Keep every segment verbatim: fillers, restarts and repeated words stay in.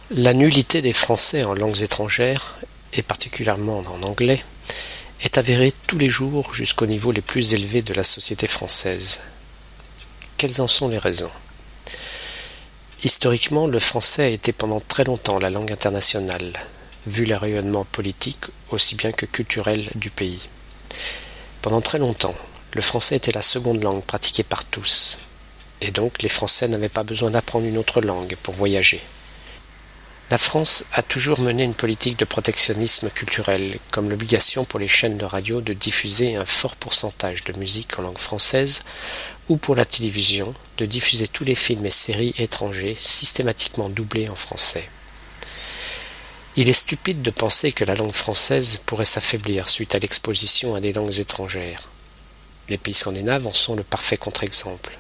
La nullité des Français en langues étrangères, et particulièrement en anglais, est avérée tous les jours jusqu'aux niveaux les plus élevés de la société française. Quelles en sont les raisons ? Historiquement, le français a été pendant très longtemps la langue internationale, vu le rayonnement politique aussi bien que culturel du pays. Pendant très longtemps, le français était la seconde langue pratiquée par tous, et donc les Français n'avaient pas besoin d'apprendre une autre langue pour voyager. La France a toujours mené une politique de protectionnisme culturel, comme l'obligation pour les chaînes de radio de diffuser un fort pourcentage de musique en langue française, ou pour la télévision de diffuser tous les films et séries étrangers systématiquement doublés en français. Il est stupide de penser que la langue française pourrait s'affaiblir suite à l'exposition à des langues étrangères. Les pays scandinaves en sont le parfait contre-exemple.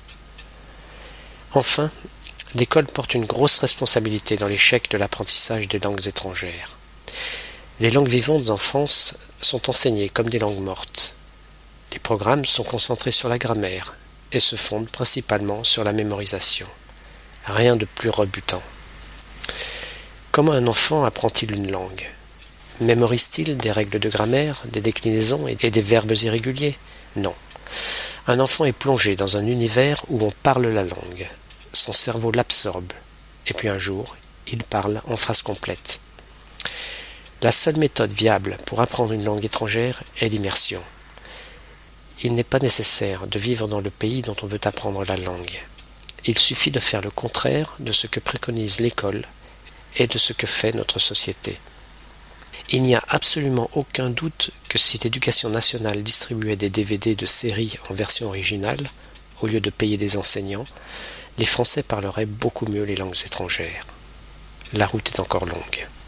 Enfin, l'école porte une grosse responsabilité dans l'échec de l'apprentissage des langues étrangères. Les langues vivantes en France sont enseignées comme des langues mortes. Les programmes sont concentrés sur la grammaire et se fondent principalement sur la mémorisation. Rien de plus rebutant. Comment un enfant apprend-il une langue ? Mémorise-t-il des règles de grammaire, des déclinaisons et des verbes irréguliers ? Non. Un enfant est plongé dans un univers où on parle la langue. Son cerveau l'absorbe, et puis un jour, il parle en phrase complète. La seule méthode viable pour apprendre une langue étrangère est l'immersion. Il n'est pas nécessaire de vivre dans le pays dont on veut apprendre la langue. Il suffit de faire le contraire de ce que préconise l'école et de ce que fait notre société. Il n'y a absolument aucun doute que si l'éducation nationale distribuait des D V D de séries en version originale, au lieu de payer des enseignants, les Français parleraient beaucoup mieux les langues étrangères. La route est encore longue.